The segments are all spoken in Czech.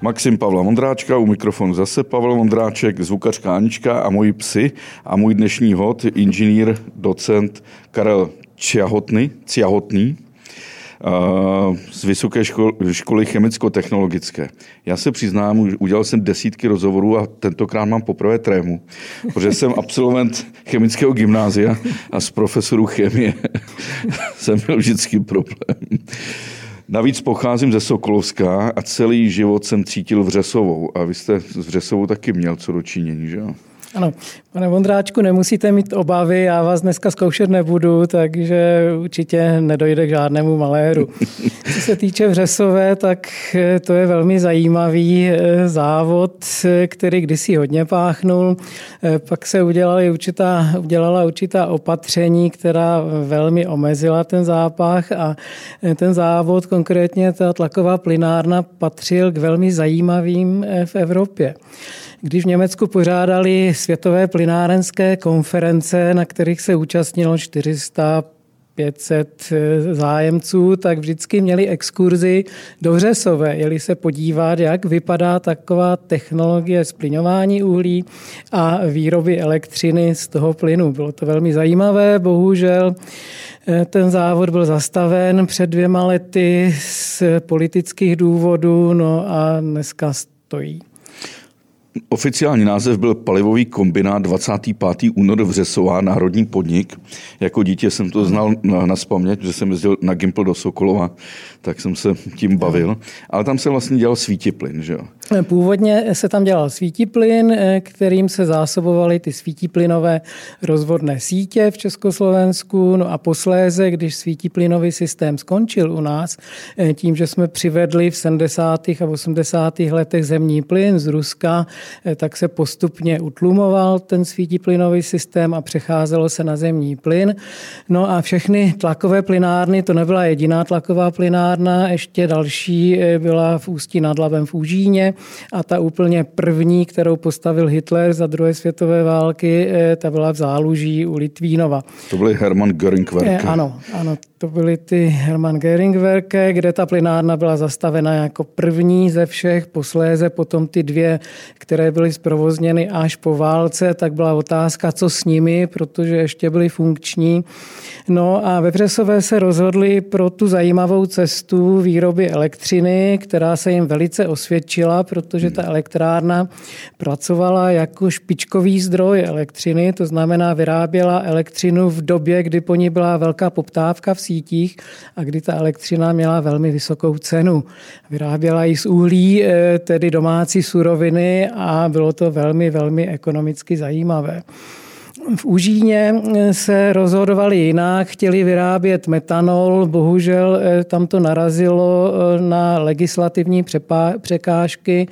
Maxim Pavla Vondráčka, u mikrofonu zase Pavel Vondráček, zvukařka Anička a moji psi a můj dnešní host, inženýr, docent Karel Ciahotný z Vysoké školy chemicko-technologické. Já se přiznám, udělal jsem desítky rozhovorů a tentokrát mám poprvé trému, protože jsem absolvent chemického gymnázia a z profesorů chemie jsem měl vždycky problém. Navíc pocházím ze Sokolovska a celý život jsem cítil Vřesovou. A vy jste s Vřesovou taky měl co do činění, že jo? Ano, pane Vondráčku, nemusíte mít obavy, já vás dneska zkoušet nebudu, takže určitě nedojde k žádnému maléru. Co se týče Vřesové, tak to je velmi zajímavý závod, který kdysi hodně páchnul. Pak se udělala určitá opatření, která velmi omezila ten zápach a ten závod, konkrétně ta tlaková plynárna, patřil k velmi zajímavým v Evropě. Když v Německu pořádali světové plynárenské konference, na kterých se účastnilo 400-500 zájemců, tak vždycky měli exkurzi do Vřesové. Jeli se podívat, jak vypadá taková technologie zplyňování uhlí a výroby elektřiny z toho plynu. Bylo to velmi zajímavé, bohužel ten závod byl zastaven před 2 lety z politických důvodů, no a dneska stojí. Oficiální název byl palivový kombinát 25. únor Vřesová, národní podnik. Jako dítě jsem to znal nazpaměť, že jsem jezdil na Gimpl do Sokolova, tak jsem se tím bavil. Ale tam se vlastně dělal svítiplyn, že jo? Původně se tam dělal svítiplyn, kterým se zásobovaly ty svítiplynové rozvodné sítě v Československu. No a posléze, když svítiplynový systém skončil u nás, tím, že jsme přivedli v 70. a 80. letech zemní plyn z Ruska, tak se postupně utlumoval ten svítiplynový systém a přecházelo se na zemní plyn. No a všechny tlakové plynárny, to nebyla jediná tlaková plynárna, ještě další byla v Ústí nad Labem v Úžíně a ta úplně první, kterou postavil Hitler za druhé světové války, ta byla v Záluží u Litvínova. To byly Hermann Göringwerke. Ano, to byly ty Hermann Göringwerke, kde ta plynárna byla zastavena jako první ze všech, posléze potom ty 2, které byly zprovozněny až po válce, tak byla otázka, co s nimi, protože ještě byly funkční. No a ve Vřesové se rozhodli pro tu zajímavou cestu výroby elektřiny, která se jim velice osvědčila, protože ta elektrárna pracovala jako špičkový zdroj elektřiny, to znamená vyráběla elektřinu v době, kdy po ní byla velká poptávka v sítích a kdy ta elektřina měla velmi vysokou cenu. Vyráběla ji z uhlí, tedy domácí suroviny a bylo to velmi, velmi ekonomicky zajímavé. V Úžíně se rozhodovali jinak, chtěli vyrábět metanol, bohužel tam to narazilo na legislativní překážky,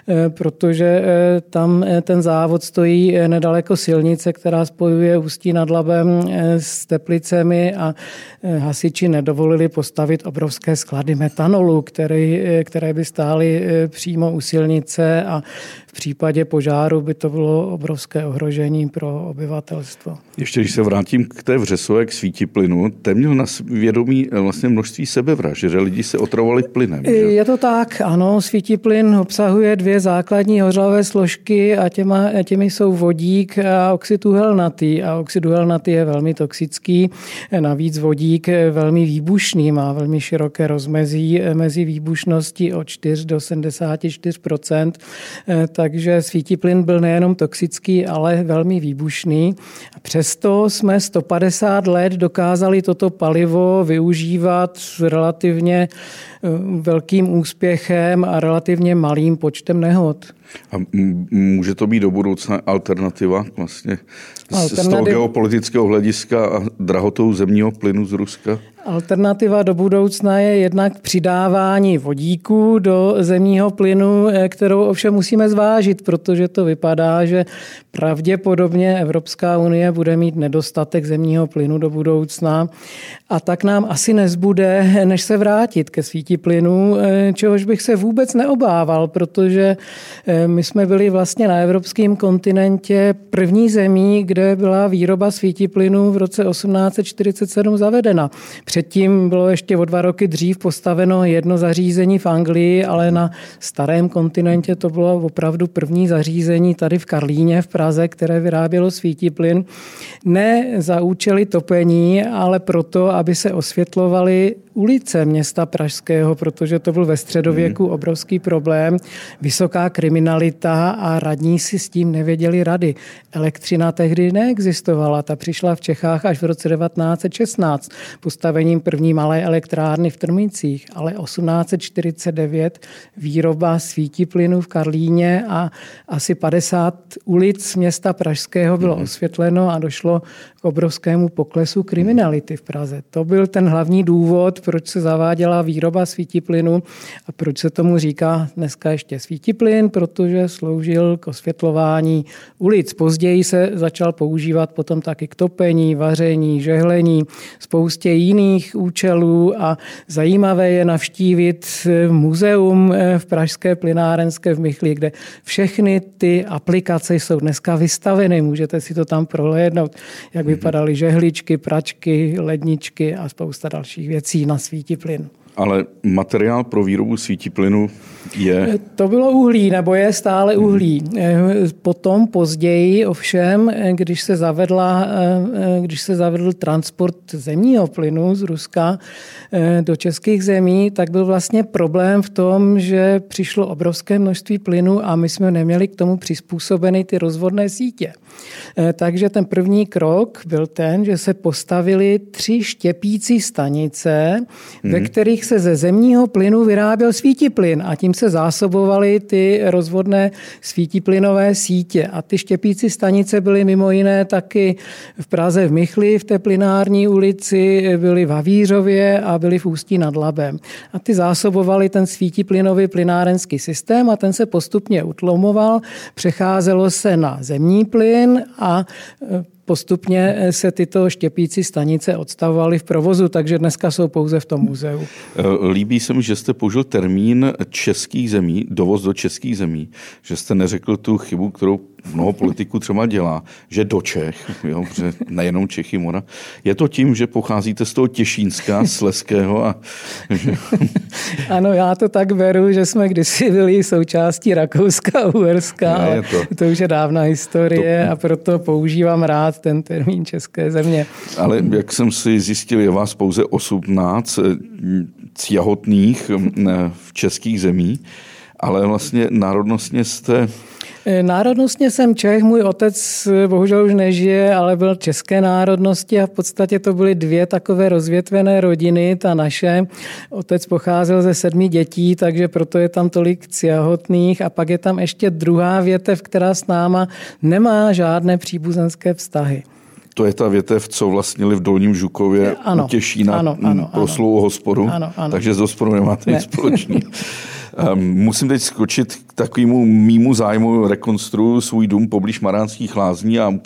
protože tam ten závod stojí nedaleko silnice, která spojuje Ústí nad Labem s Teplicemi a hasiči nedovolili postavit obrovské sklady metanolu, které by stály přímo u silnice a v případě požáru by to bylo obrovské ohrožení pro obyvatelstvo. Ještě když se vrátím k té Vřesové, k svítiplynu, ten měl na vědomí vlastně množství sebevražd, že lidi se otravovali plynem. Že? Je to tak, ano, svítiplyn obsahuje 2 základní hořlavé složky a těmi jsou vodík a oxid uhelnatý. A oxid uhelnatý je velmi toxický, navíc vodík velmi výbušný, má velmi široké rozmezí mezi výbušností od 4 do 74%, takže svítiplyn byl nejenom toxický, ale velmi výbušný. Přesto jsme 150 let dokázali toto palivo využívat s relativně velkým úspěchem a relativně malým počtem nehod. A může to být do budoucna alternativa vlastně z toho geopolitického hlediska a drahotou zemního plynu z Ruska? Alternativa do budoucna je jednak přidávání vodíku do zemního plynu, kterou ovšem musíme zvážit, protože to vypadá, že pravděpodobně Evropská unie bude mít nedostatek zemního plynu do budoucna a tak nám asi nezbude, než se vrátit ke svítiplynu, čehož bych se vůbec neobával, protože my jsme byli vlastně na evropském kontinentě první zemí, kde byla výroba svítiplynu v roce 1847 zavedena. Předtím bylo ještě o 2 roky dřív postaveno jedno zařízení v Anglii, ale na starém kontinentě to bylo opravdu první zařízení tady v Karlíně v Praze, které vyrábělo svítiplyn. Ne za účely topení, ale proto, aby se osvětlovaly ulice města pražského, protože to byl ve středověku obrovský problém. Vysoká kriminalita a radní si s tím nevěděli rady. Elektřina tehdy neexistovala. Ta přišla v Čechách až v roce 1916 postavením první malé elektrárny v Trmíncích, ale 1849 výroba svítiplynu v Karlíně a asi 50 ulic města pražského bylo osvětleno a došlo k obrovskému poklesu kriminality v Praze. To byl ten hlavní důvod, proč se zaváděla výroba svítiplynu a proč se tomu říká dneska ještě svítiplyn, protože sloužil k osvětlování ulic. Později se začal používat potom taky k topení, vaření, žehlení, spoustě jiných účelů a zajímavé je navštívit muzeum v Pražské plynárenské v Michli, kde všechny ty aplikace jsou dneska vystaveny. Můžete si to tam prohlédnout, jak vypadaly žehličky, pračky, ledničky a spousta dalších věcí na svítiplyn. Ale materiál pro výrobu svítiplynu je... To bylo uhlí, nebo je stále uhlí. Potom později, ovšem, když se zavedl transport zemního plynu z Ruska do českých zemí, tak byl vlastně problém v tom, že přišlo obrovské množství plynu a my jsme neměli k tomu přizpůsobeny ty rozvodné sítě. Takže ten první krok byl ten, že se postavily 3 štěpící stanice, ve kterých se ze zemního plynu vyráběl svítiplyn a tím se zásobovaly ty rozvodné svítiplynové sítě. A ty štěpící stanice byly mimo jiné taky v Praze v Michli, v té plynární ulici, byly v Havířově a byly v Ústí nad Labem. A ty zásobovaly ten svítiplynový plynárenský systém a ten se postupně utlomoval, přecházelo se na zemní plyn a postupně se tyto štěpící stanice odstavovaly v provozu, takže dneska jsou pouze v tom muzeu. Líbí se mi, že jste použil termín českých zemí, dovoz do českých zemí, že jste neřekl tu chybu, kterou mnoho politiků třeba dělá, že do Čech, jo, že nejenom Čechy, Mora. Je to tím, že pocházíte z toho Těšínska, Slezského a... Ano, já to tak beru, že jsme kdysi byli součástí Rakouska a Uherska, ale to už je dávná historie a proto používám rád ten termín české země. Ale jak jsem si zjistil, je vás pouze 18 cjahotných v českých zemí, ale vlastně národnostně jste... Národnostně jsem Čech, můj otec bohužel už nežije, ale byl české národnosti a v podstatě to byly 2 takové rozvětvené rodiny, ta naše. Otec pocházel ze 7 dětí, takže proto je tam tolik cjahotných a pak je tam ještě druhá větev, která s náma nemá žádné příbuzenské vztahy. To je ta větev, co vlastnili v Dolním Žukově u Těšína proslulou hospodu, takže z hospodou nemáte nic společného. Musím teď skočit k takovému mýmu zájmu, rekonstruuju svůj dům poblíž Maránských Lázní a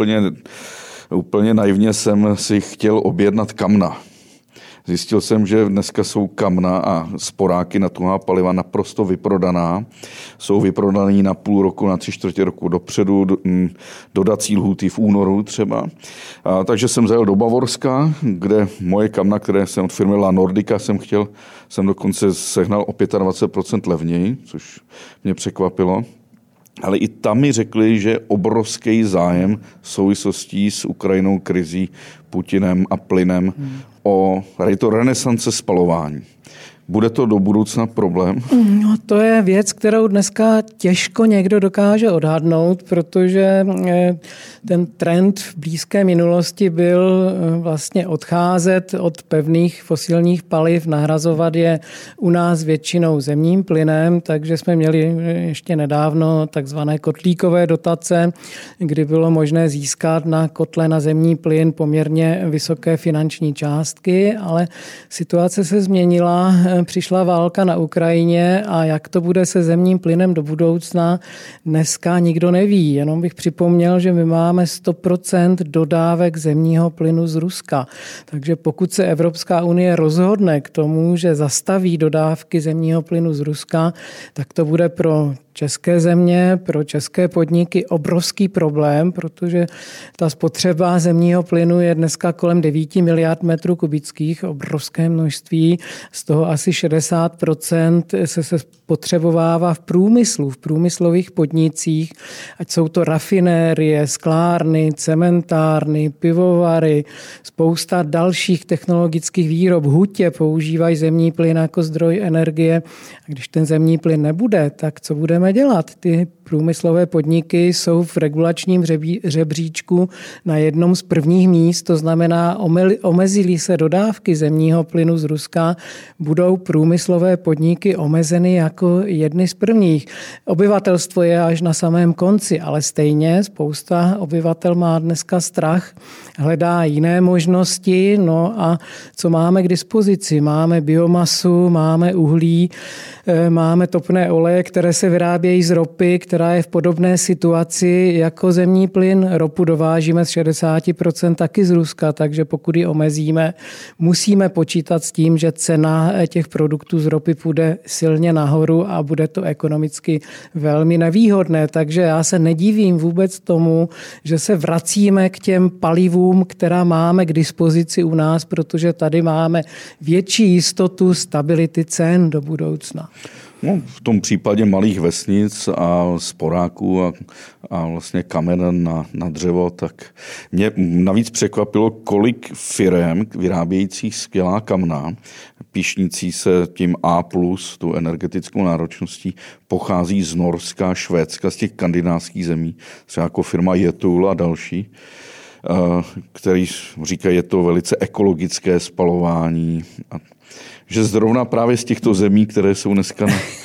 úplně naivně jsem si chtěl objednat kamna. Zjistil jsem, že dneska jsou kamna a sporáky na tuhá paliva naprosto vyprodaná. Jsou vyprodaný na půl roku, na 3/4 roku dopředu, dodací lhůty v únoru třeba. Takže jsem zajel do Bavorska, kde moje kamna, které jsem od firmy La Nordica jsem dokonce sehnal o 25% levněji, což mě překvapilo. Ale i tam mi řekli, že obrovský zájem v souvislostí s Ukrajinou, krizí, Putinem a plynem o renesance spalování. Bude to do budoucna problém? No, to je věc, kterou dneska těžko někdo dokáže odhadnout, protože ten trend v blízké minulosti byl vlastně odcházet od pevných fosilních paliv, nahrazovat je u nás většinou zemním plynem, takže jsme měli ještě nedávno takzvané kotlíkové dotace, kdy bylo možné získat na kotle na zemní plyn poměrně vysoké finanční částky, ale situace se změnila přišla válka na Ukrajině a jak to bude se zemním plynem do budoucna, dneska nikdo neví. Jenom bych připomněl, že my máme 100% dodávek zemního plynu z Ruska. Takže pokud se Evropská unie rozhodne k tomu, že zastaví dodávky zemního plynu z Ruska, tak to bude pro české země, pro české podniky obrovský problém, protože ta spotřeba zemního plynu je dneska kolem 9 miliard metrů kubických, obrovské množství. Z toho asi 60% se spotřebovává v průmyslu, v průmyslových podnicích, ať jsou to rafinérie, sklárny, cementárny, pivovary, spousta dalších technologických výrob. Hutě používají zemní plyn jako zdroj energie. A když ten zemní plyn nebude, tak co budeme dělat? Ty průmyslové podniky jsou v regulačním žebříčku na jednom z prvních míst, to znamená, omezily se dodávky zemního plynu z Ruska, budou průmyslové podniky omezeny jako jedny z prvních. Obyvatelstvo je až na samém konci, ale stejně spousta obyvatel má dneska strach, hledá jiné možnosti, no a co máme k dispozici? Máme biomasu, máme uhlí, máme topné oleje, které se vyrábějí z ropy, která je v podobné situaci jako zemní plyn. Ropu dovážíme z 60% taky z Ruska, takže pokud ji omezíme, musíme počítat s tím, že cena těch produktů z ropy půjde silně nahoru a bude to ekonomicky velmi nevýhodné. Takže já se nedivím vůbec tomu, že se vracíme k těm palivům, která máme k dispozici u nás, protože tady máme větší jistotu stability cen do budoucna. No, v tom případě malých vesnic a sporáků a vlastně kamen na dřevo, tak mě navíc překvapilo, kolik firem vyrábějících skvělá kamna, pyšnící se tím A+, tu energetickou náročností, pochází z Norska, Švédska, z těch skandinávských zemí, třeba jako firma Jetul a další, který říkají, je to velice ekologické spalování a že zrovna právě z těchto zemí, které jsou dneska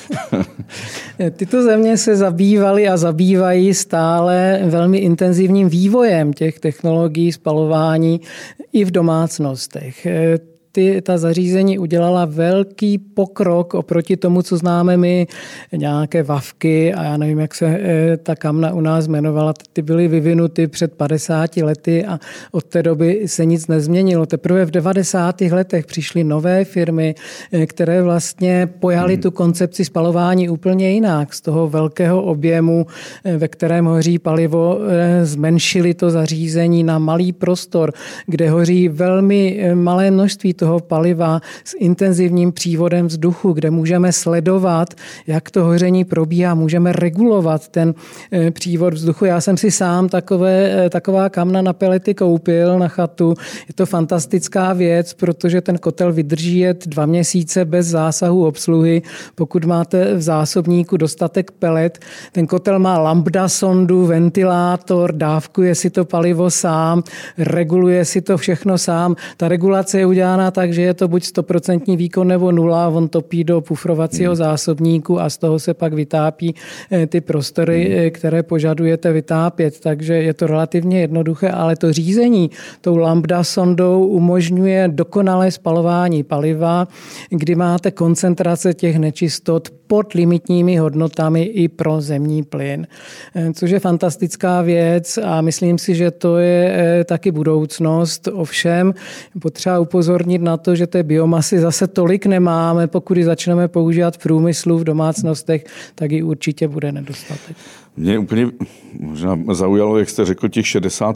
Tyto země se zabývaly a zabývají stále velmi intenzivním vývojem těch technologií spalování i v domácnostech. Ta zařízení udělala velký pokrok oproti tomu, co známe my, nějaké vavky a já nevím, jak se ta kamna u nás jmenovala. Ty byly vyvinuty před 50 lety a od té doby se nic nezměnilo. Teprve v 90. letech přišly nové firmy, které vlastně pojaly tu koncepci spalování úplně jinak. Z toho velkého objemu, ve kterém hoří palivo, zmenšili to zařízení na malý prostor, kde hoří velmi malé množství toho paliva s intenzivním přívodem vzduchu, kde můžeme sledovat, jak to hoření probíhá, můžeme regulovat ten přívod vzduchu. Já jsem si sám taková kamna na pelety koupil na chatu. Je to fantastická věc, protože ten kotel vydrží jet 2 měsíce bez zásahu obsluhy. Pokud máte v zásobníku dostatek pelet, ten kotel má lambda sondu, ventilátor, dávkuje si to palivo sám, reguluje si to všechno sám. Ta regulace je udělána tak, že je to buď 100% výkon nebo 0, on topí do pufrovacího zásobníku a z toho se pak vytápí ty prostory, které požadujete vytápět. Takže je to relativně jednoduché, ale to řízení tou lambda sondou umožňuje dokonalé spalování paliva, kdy máte koncentrace těch nečistot pod limitními hodnotami i pro zemní plyn. Což je fantastická věc a myslím si, že to je taky budoucnost. Ovšem potřeba upozornit na to, že té biomasy zase tolik nemáme. Pokud ji začneme používat v průmyslu, v domácnostech, tak ji určitě bude nedostatek. Mě úplně možná zaujalo, jak jste řekl, těch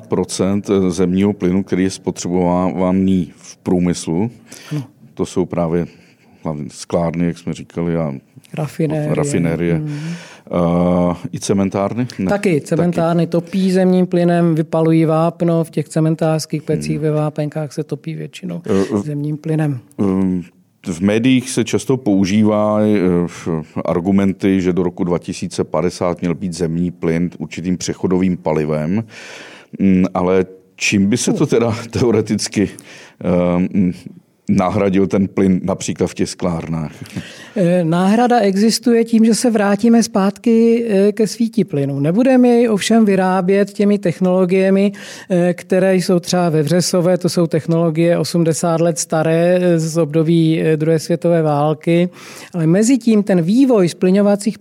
60% zemního plynu, který je spotřebovaný v průmyslu. Ano. To jsou právě sklárny, jak jsme říkali, a rafinérie. I cementárny? Ne. Taky cementárny topí zemním plynem, vypalují vápno, v těch cementářských pecích ve vápenkách se topí většinou zemním plynem. V médiích se často používá argumenty, že do roku 2050 měl být zemní plyn určitým přechodovým palivem, ale čím by se to teda teoreticky nahradil ten plyn například v těch sklárnách? Náhrada existuje tím, že se vrátíme zpátky ke svítiplynu. Nebudeme jej ovšem vyrábět těmi technologiemi, které jsou třeba vevřesové, to jsou technologie 80 let staré z období druhé světové války, ale mezi tím ten vývoj splyňovacích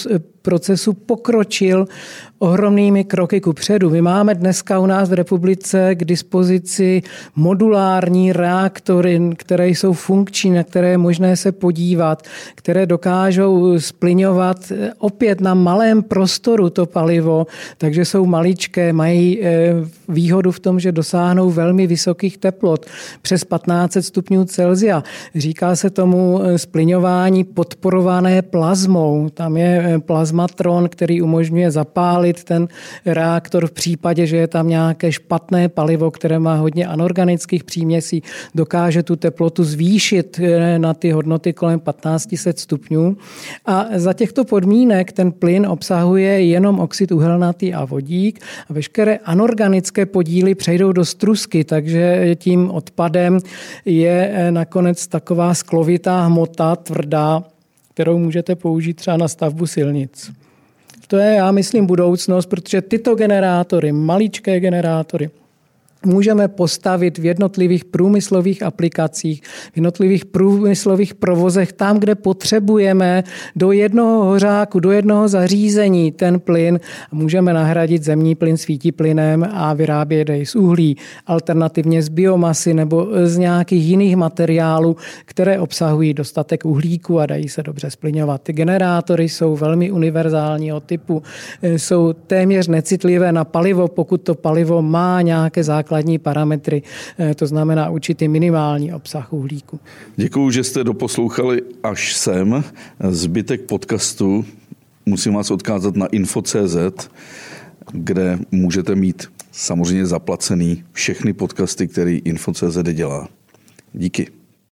procesu pokročil ohromnými kroky kupředu. My máme dneska u nás v republice k dispozici modulární reaktory, které jsou funkční, na které je možné se podívat, které dokážou splyňovat opět na malém prostoru to palivo, takže jsou maličké, mají výhodu v tom, že dosáhnou velmi vysokých teplot, přes 1500 stupňů Celsia. Říká se tomu splyňování podporované plazmou. Tam je plazmatron, který umožňuje zapálit ten reaktor v případě, že je tam nějaké špatné palivo, které má hodně anorganických příměsí, dokáže tu teplotu zvýšit na ty hodnoty kolem 1500 stupňů. A za těchto podmínek ten plyn obsahuje jenom oxid uhelnatý a vodík a veškeré anorganické podíly přejdou do strusky, takže tím odpadem je nakonec taková sklovitá hmota, tvrdá, kterou můžete použít třeba na stavbu silnic. To je, já myslím, budoucnost, protože tyto generátory, maličké generátory, můžeme postavit v jednotlivých průmyslových aplikacích, v jednotlivých průmyslových provozech, tam, kde potřebujeme do jednoho hořáku, do jednoho zařízení ten plyn. Můžeme nahradit zemní plyn svítiplynem a vyrábět jej z uhlí, alternativně z biomasy nebo z nějakých jiných materiálů, které obsahují dostatek uhlíku a dají se dobře splyňovat. Ty generátory jsou velmi univerzálního typu, jsou téměř necitlivé na palivo, pokud to palivo má nějaké základní parametry, to znamená určitý minimální obsah uhlíku. Děkuju, že jste doposlouchali až sem. Zbytek podcastu musím vás odkázat na info.cz, kde můžete mít samozřejmě zaplacený všechny podcasty, které info.cz dělá. Díky.